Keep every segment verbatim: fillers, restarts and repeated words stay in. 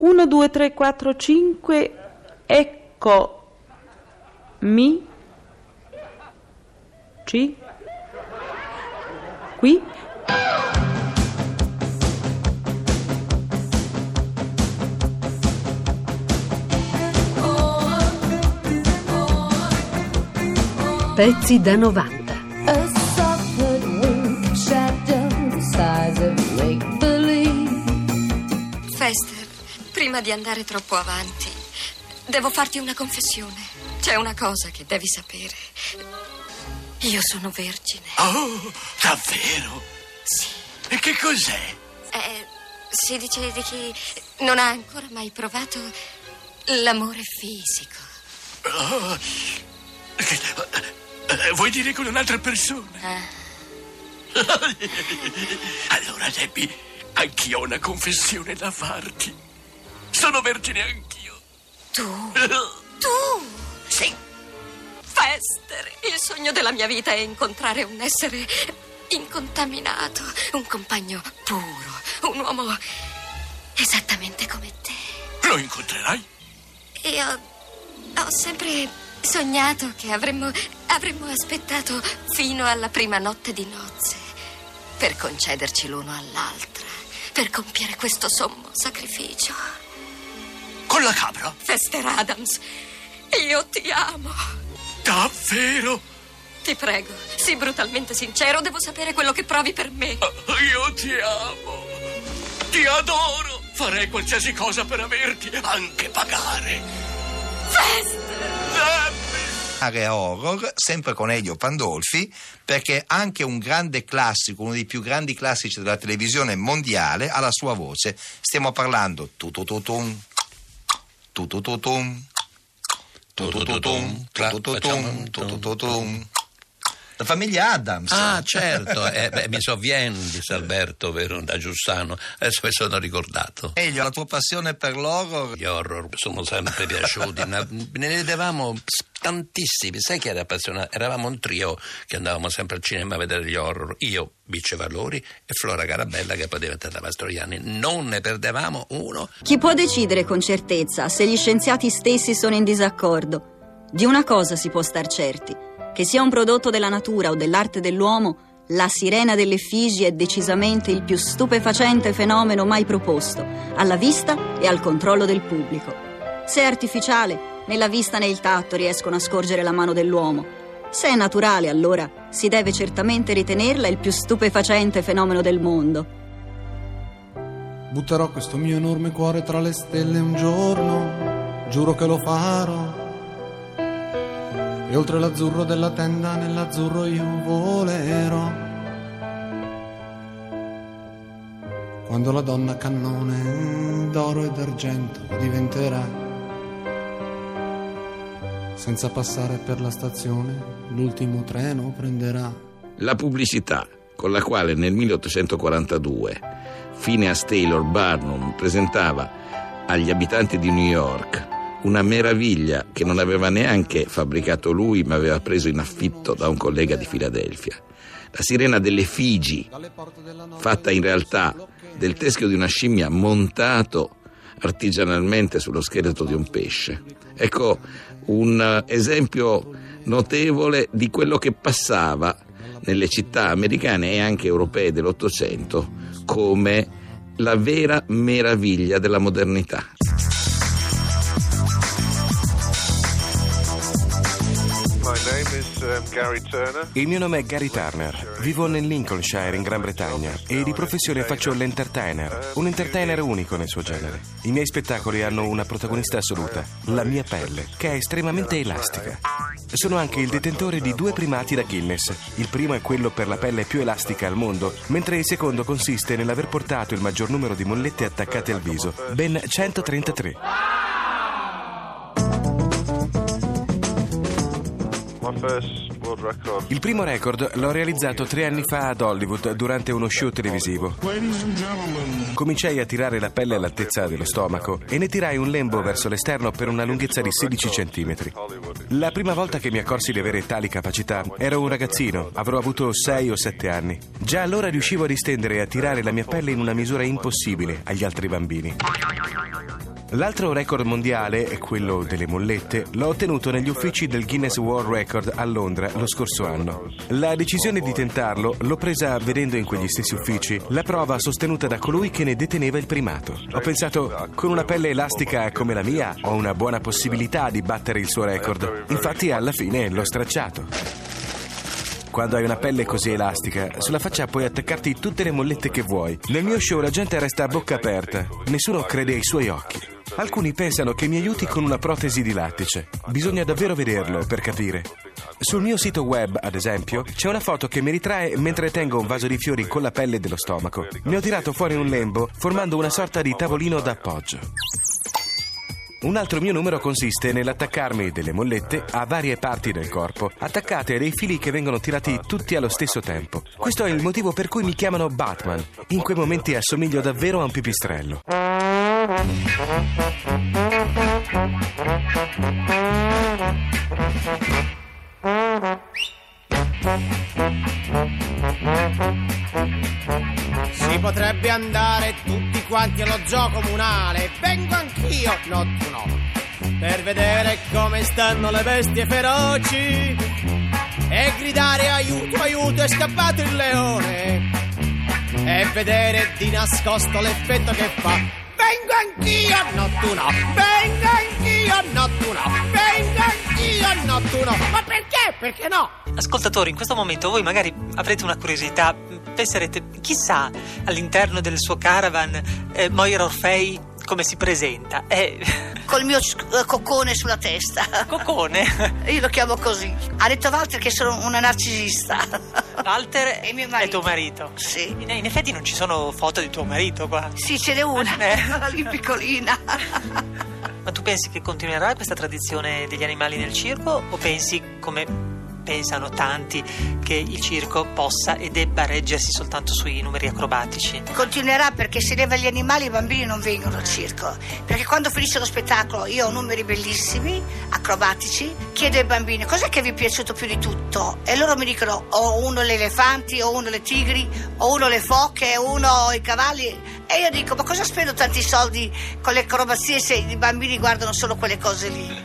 uno, due, tre, quattro, cinque, ecco, mi, ci, qui. Pezzi da novanta. Fester, prima di andare troppo avanti, devo farti una confessione. C'è una cosa che devi sapere. Io sono vergine. Oh, davvero? Sì. E che cos'è? Eh, si dice di chi non ha ancora mai provato l'amore fisico. Oh, eh, vuoi dire con un'altra persona? Ah. Allora, Debbie, anch'io ho una confessione da farti. Sono vergine anch'io. Tu? Tu? Sì. Fester, il sogno della mia vita è incontrare un essere incontaminato, un compagno puro, un uomo esattamente come te. Lo incontrerai? Io ho sempre sognato che avremmo, avremmo aspettato fino alla prima notte di nozze per concederci l'uno all'altra, per compiere questo sommo sacrificio. Con la capra? Fester Adams, io ti amo. Davvero? Ti prego, sii brutalmente sincero, devo sapere quello che provi per me. Oh, io ti amo. Ti adoro. Farei qualsiasi cosa per averti, anche pagare. Fester! Area horror, sempre con Elio Pandolfi, perché anche un grande classico, uno dei più grandi classici della televisione mondiale, ha la sua voce. Stiamo parlando tutututum, tutututum, tutututum, tutututum, tutututum. La famiglia Adams. Ah, certo, eh, beh, mi sovviene di Salberto, vero, da Giussano. Adesso mi sono ricordato. Elio, la tua passione per l'horror? Gli horror sono sempre piaciuti, ma ne vedevamo tantissimi. Sai chi era appassionato? Eravamo un trio che andavamo sempre al cinema a vedere gli horror. Io, Bice Valori e Flora Carabella, che poi è diventata Mastroianni. Non ne perdevamo uno. Chi può decidere con certezza se gli scienziati stessi sono in disaccordo? Di una cosa si può star certi: che sia un prodotto della natura o dell'arte dell'uomo, la sirena dell'Effigie è decisamente il più stupefacente fenomeno mai proposto, alla vista e al controllo del pubblico. Se è artificiale, né la vista né il tatto riescono a scorgere la mano dell'uomo. Se è naturale, allora si deve certamente ritenerla il più stupefacente fenomeno del mondo. Butterò questo mio enorme cuore tra le stelle un giorno, giuro che lo farò. E oltre l'azzurro della tenda, nell'azzurro io volerò. Quando la donna cannone d'oro e d'argento diventerà, senza passare per la stazione, l'ultimo treno prenderà. La pubblicità con la quale nel milleottocentoquarantadue Phineas Taylor Barnum presentava agli abitanti di New York una meraviglia che non aveva neanche fabbricato lui, ma aveva preso in affitto da un collega di Filadelfia. La sirena delle Figi, fatta in realtà del teschio di una scimmia montato artigianalmente sullo scheletro di un pesce. Ecco un esempio notevole di quello che passava nelle città americane e anche europee dell'Ottocento come la vera meraviglia della modernità. Il mio nome è Gary Turner, vivo nel Lincolnshire in Gran Bretagna e di professione faccio l'entertainer, un entertainer unico nel suo genere. I miei spettacoli hanno una protagonista assoluta, la mia pelle, che è estremamente elastica. Sono anche il detentore di due primati da Guinness. Il primo è quello per la pelle più elastica al mondo, mentre il secondo consiste nell'aver portato il maggior numero di mollette attaccate al viso, ben centotrentatré. Il primo record l'ho realizzato tre anni fa ad Hollywood durante uno show televisivo. Cominciai a tirare la pelle all'altezza dello stomaco e ne tirai un lembo verso l'esterno per una lunghezza di sedici centimetri. La prima volta che mi accorsi di avere tali capacità ero un ragazzino, avrò avuto sei o sette anni. Già allora riuscivo a distendere e a tirare la mia pelle in una misura impossibile agli altri bambini. L'altro record mondiale, quello delle mollette, l'ho ottenuto negli uffici del Guinness World Record a Londra lo scorso anno. La decisione di tentarlo l'ho presa vedendo in quegli stessi uffici la prova sostenuta da colui che ne deteneva il primato. Ho pensato, con una pelle elastica come la mia ho una buona possibilità di battere il suo record. Infatti alla fine l'ho stracciato. Quando hai una pelle così elastica, sulla faccia puoi attaccarti tutte le mollette che vuoi. Nel mio show la gente resta a bocca aperta, nessuno crede ai suoi occhi. Alcuni pensano che mi aiuti con una protesi di lattice. Bisogna davvero vederlo per capire. Sul mio sito web, ad esempio, c'è una foto che mi ritrae mentre tengo un vaso di fiori con la pelle dello stomaco. Ne ho tirato fuori un lembo, formando una sorta di tavolino d'appoggio. Un altro mio numero consiste nell'attaccarmi delle mollette a varie parti del corpo, attaccate a dei fili che vengono tirati tutti allo stesso tempo. Questo è il motivo per cui mi chiamano Batman. In quei momenti assomiglio davvero a un pipistrello. Si potrebbe andare tutti quanti allo zoo comunale. Vengo anch'io, no tu no, per vedere come stanno le bestie feroci e gridare aiuto, aiuto, è scappato il leone, e vedere di nascosto l'effetto che fa. Vengo anch'io, no tu no, vengo anch'io, no tu no, vengo anch'io, no tu no. Ma perché? Perché no? Ascoltatori, in questo momento voi magari avrete una curiosità, penserete, chissà, all'interno del suo caravan eh, Moira Orfei come si presenta? Eh... Col mio uh, coccone sulla testa. Coccone? Io lo chiamo così. Ha detto Walter che sono una narcisista. Walter è mio marito. È tuo marito? Sì. In, in effetti non ci sono foto di tuo marito qua. Sì, ce n'è una, eh. lì piccolina. Ma tu pensi che continuerà questa tradizione degli animali nel circo o pensi, come pensano tanti, che il circo possa e debba reggersi soltanto sui numeri acrobatici? Continuerà, perché se leva gli animali i bambini non vengono al circo, perché quando finisce lo spettacolo io ho numeri bellissimi acrobatici, chiedo ai bambini cos'è che vi è piaciuto più di tutto e loro mi dicono o uno le elefanti, o uno le tigri, o uno le foche, o uno i cavalli, e io dico ma cosa spendo tanti soldi con le acrobazie se i bambini guardano solo quelle cose lì?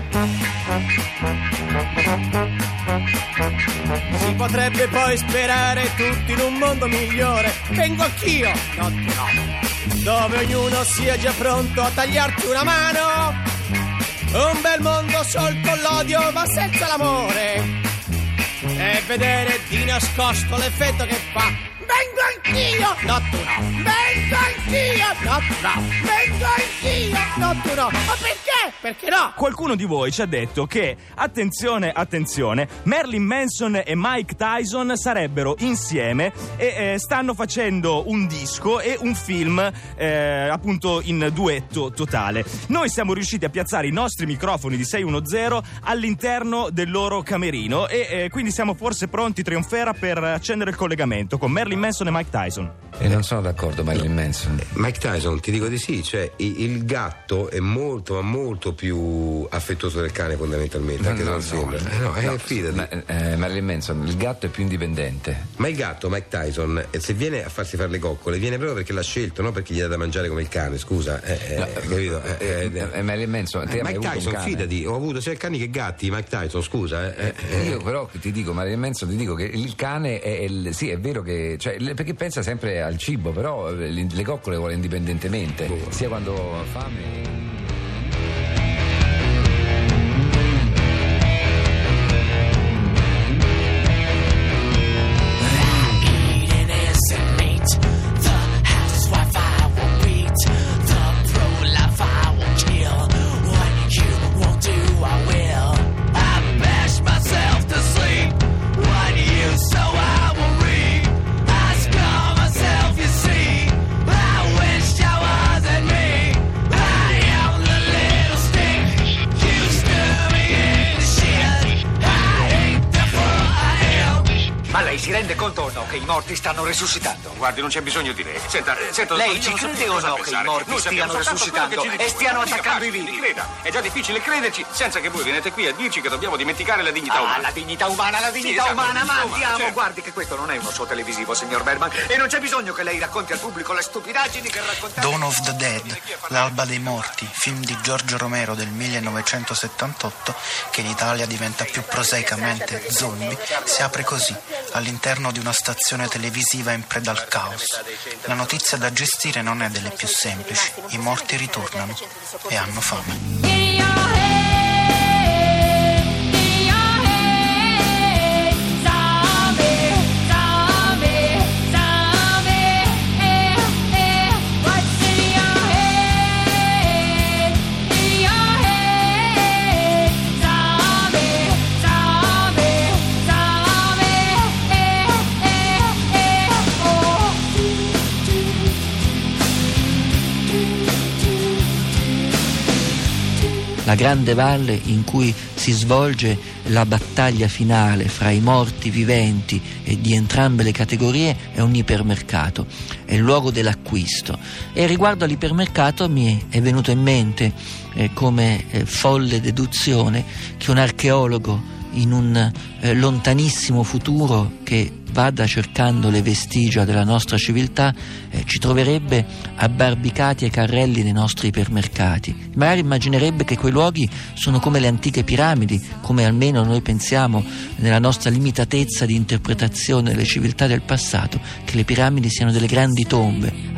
Si potrebbe poi sperare tutti in un mondo migliore. Vengo anch'io, no tu no, dove ognuno sia già pronto a tagliarti una mano. Un bel mondo sol con l'odio ma senza l'amore, e vedere di nascosto l'effetto che fa. Vengo anch'io, no tu no, vengo anch'io, no tu no, vengo anch'io, no tu no. Ma perché? Perché no? Qualcuno di voi ci ha detto che, attenzione, attenzione, Marilyn Manson e Mike Tyson sarebbero insieme e eh, stanno facendo un disco e un film eh, appunto in duetto totale. Noi siamo riusciti a piazzare i nostri microfoni di sei uno zero all'interno del loro camerino e eh, quindi siamo forse pronti, trionfera, per accendere il collegamento con Marilyn Manson e Mike Tyson. E non sono d'accordo, Marilyn Manson. Mike Tyson, ti dico di sì, cioè il, il gatto è molto ma molto più affettuoso del cane fondamentalmente, No, anche no, se non no, sembra. Eh, no, eh, no, fidati. ma, eh, Marilyn Manson, il gatto è più indipendente. Ma il gatto, Mike Tyson, eh, se viene a farsi fare le coccole, viene proprio perché l'ha scelto, non perché gli dà da mangiare come il cane, scusa. Eh, No, eh, capito? Eh, eh, eh, eh, Marilyn Manson, te hai mai Mike avuto un Tyson, cane? fidati, ho avuto sia cani che gatti, Mike Tyson, scusa. Eh, eh, Io però ti dico, Marilyn Manson, ti dico che il cane è, il, sì, è vero che, cioè, perché pensa sempre al cibo, però le coccole vuole indipendentemente, oh. sia quando ha fame. I wish I wasn't me. I rende conto o no che i morti stanno risuscitando? Guardi, non c'è bisogno di lei. Senta, senta, Lei io ci non so crede più o cosa no che pensare. i morti Noi sappiamo stiano soltanto quello che risuscitando ci dice. e stiano Basta, attaccando i mi vivi? creda. È già difficile crederci senza che voi venite qui a dirci che dobbiamo dimenticare la dignità Ah, umana. la dignità umana, la dignità Sì, esatto, umana, la ma dignità andiamo, umana, certo. guardi che questo non è uno show televisivo, signor Bergman, e non c'è bisogno che lei racconti al pubblico le stupidaggini che raccontate. Dawn of the Dead, L'alba dei morti, film di Giorgio Romero del millenovecentosettantotto, che in Italia diventa più prosaicamente zombie, si apre così, all'interno di una stazione televisiva in preda al caos. La notizia da gestire non è delle più semplici, i morti ritornano e hanno fame. La grande valle in cui si svolge la battaglia finale fra i morti viventi e di entrambe le categorie è un ipermercato, è il luogo dell'acquisto. E riguardo all'ipermercato mi è venuto in mente eh, come eh, folle deduzione che un archeologo in un eh, lontanissimo futuro che vada cercando le vestigia della nostra civiltà eh, ci troverebbe abbarbicati ai carrelli nei nostri ipermercati. Magari immaginerebbe che quei luoghi sono come le antiche piramidi, come almeno noi pensiamo nella nostra limitatezza di interpretazione delle civiltà del passato, che le piramidi siano delle grandi tombe.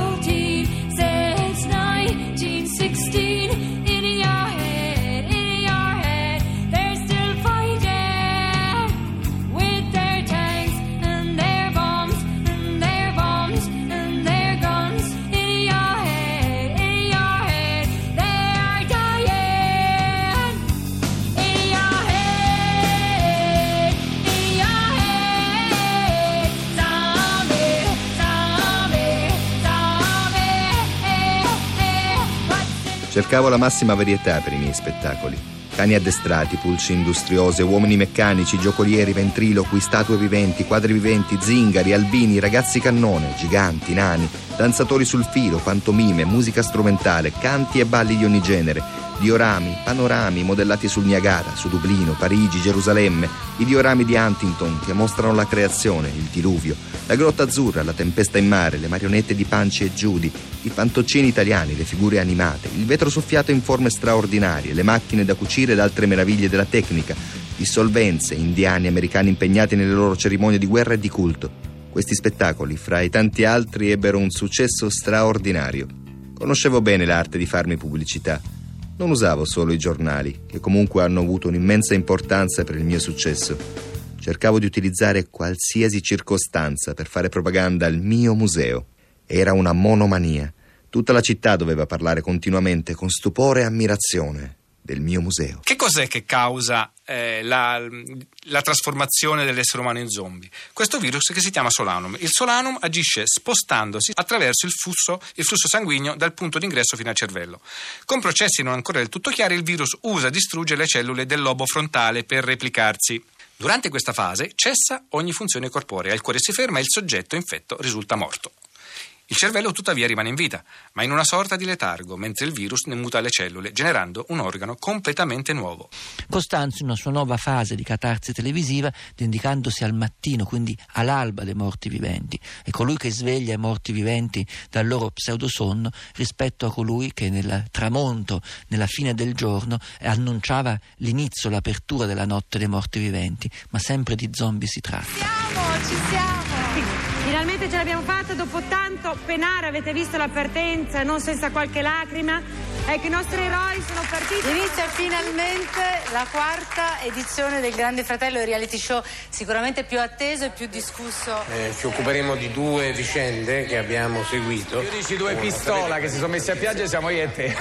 Cercavo la massima varietà per i miei spettacoli. Cani addestrati, pulci industriose, uomini meccanici, giocolieri, ventriloqui, statue viventi, quadri viventi, zingari, albini, ragazzi cannone, giganti, nani, danzatori sul filo, pantomime, musica strumentale, canti e balli di ogni genere, diorami, panorami modellati sul Niagara, su Dublino, Parigi, Gerusalemme, i diorami di Huntington che mostrano la creazione, il diluvio, la grotta azzurra, la tempesta in mare, le marionette di Panci e Giudi, i fantoccini italiani, le figure animate, il vetro soffiato in forme straordinarie, le macchine da cucire ed altre meraviglie della tecnica, dissolvenze, indiani americani impegnati nelle loro cerimonie di guerra e di culto. Questi spettacoli, fra i tanti altri, ebbero un successo straordinario. Conoscevo bene l'arte di farmi pubblicità. Non usavo solo i giornali, che comunque hanno avuto un'immensa importanza per il mio successo. Cercavo di utilizzare qualsiasi circostanza per fare propaganda al mio museo. Era una monomania. Tutta la città doveva parlare continuamente, con stupore e ammirazione, del mio museo. Che cos'è che causa eh, la, la trasformazione dell'essere umano in zombie? Questo virus che si chiama Solanum. Il Solanum agisce spostandosi attraverso il flusso, il flusso sanguigno dal punto d'ingresso fino al cervello. Con processi non ancora del tutto chiari, il virus usa e distrugge le cellule del lobo frontale per replicarsi. Durante questa fase cessa ogni funzione corporea, il cuore si ferma e il soggetto infetto risulta morto. Il cervello tuttavia rimane in vita, ma in una sorta di letargo, mentre il virus ne muta le cellule, generando un organo completamente nuovo. Costanzo, in una sua nuova fase di catarsi televisiva, dedicandosi al mattino, quindi all'alba dei morti viventi, è colui che sveglia i morti viventi dal loro pseudosonno rispetto a colui che nel tramonto, nella fine del giorno, annunciava l'inizio, l'apertura della notte dei morti viventi, ma sempre di zombie si tratta. Siamo, ci siamo! Finalmente ce l'abbiamo fatta dopo tanto penare, avete visto la partenza, non senza qualche lacrima. Ecco, i nostri eroi sono partiti. Inizia finalmente la quarta edizione del Grande Fratello, il reality show sicuramente più atteso e più discusso. Eh, ci occuperemo di due vicende che abbiamo seguito. Io dici due pistola che si sono messi a piangere, siamo io e te.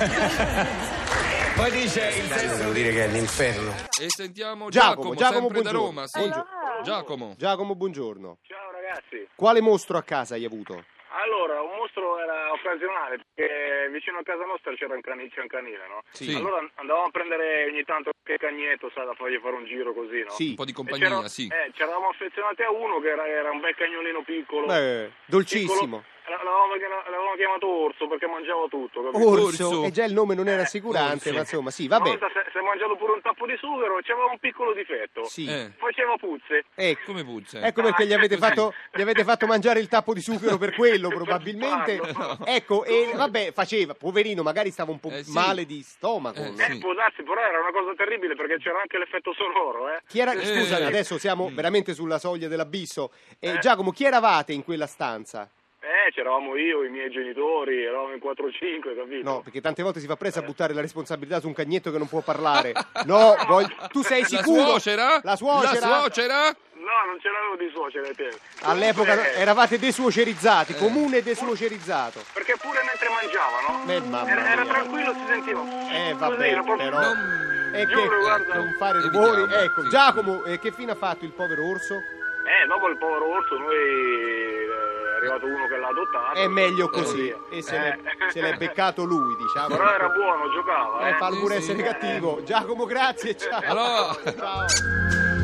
Poi dice il sesso. Devo dire che è l'inferno. E sentiamo Giacomo, Giacomo, Giacomo sempre da buongiorno. Roma. Sì. Buongiorno. Giacomo. Giacomo, buongiorno. Ciao ragazzi. Quale mostro a casa hai avuto? Allora, un mostro era occasionale, perché vicino a casa nostra c'era un canile, c'è un canile, no? Sì. Allora andavamo a prendere ogni tanto che cagnetto, sa, da fargli fare un giro così, no? Sì. Un po' di compagnia, E c'era- sì. Eh, ci eravamo affezionati a uno che era, era un bel cagnolino piccolo. Beh, dolcissimo. Piccolo. L'avevamo, l'avevamo chiamato Orso perché mangiava tutto, capito? Orso, e già il nome non era rassicurante, Orso. ma insomma, sì, Una vabbè. volta si si è mangiato pure un tappo di sughero e c'aveva un piccolo difetto. Sì. Eh. Faceva puzze. Ecco. Come puzze? Ecco perché gli avete, Così. fatto, gli avete fatto mangiare il tappo di sughero per quello, probabilmente. Ecco, e vabbè, faceva, poverino, magari stava un po' Eh, sì. male di stomaco. Eh, no? può darsi, però era una cosa terribile perché c'era anche l'effetto sonoro, eh. Chi era, Eh. scusami, adesso siamo veramente sulla soglia dell'abisso. Eh, Eh. Giacomo, chi eravate in quella stanza? Eh, c'eravamo io, i miei genitori, eravamo in quattro cinque, capito? No, perché tante volte si fa presto a buttare la responsabilità su un cagnetto che non può parlare. No, voglio- tu sei La sicuro? suocera? La suocera? La suocera? No, non ce l'avevo di suocera te. All'epoca Comunque, eravate desuocerizzati, comune desuocerizzato. Perché pure mentre mangiavano, Beh, mamma era, era mia. tranquillo, si sentiva. Eh, Così, vabbè, era proprio- però... E che, Giuro, guarda. non fare Evitiamo, rumori. Ecco, sì. Giacomo, eh, che fine ha fatto il povero orso? Eh, dopo il povero orso, noi eh, è arrivato uno che l'ha adottato. È meglio e così. via. E se, Eh. l'è, se l'è beccato lui, diciamo. Però era buono, giocava. Eh, Eh, fallo pure Sì, essere sì. cattivo. Giacomo, grazie, ciao. Allora. Ciao.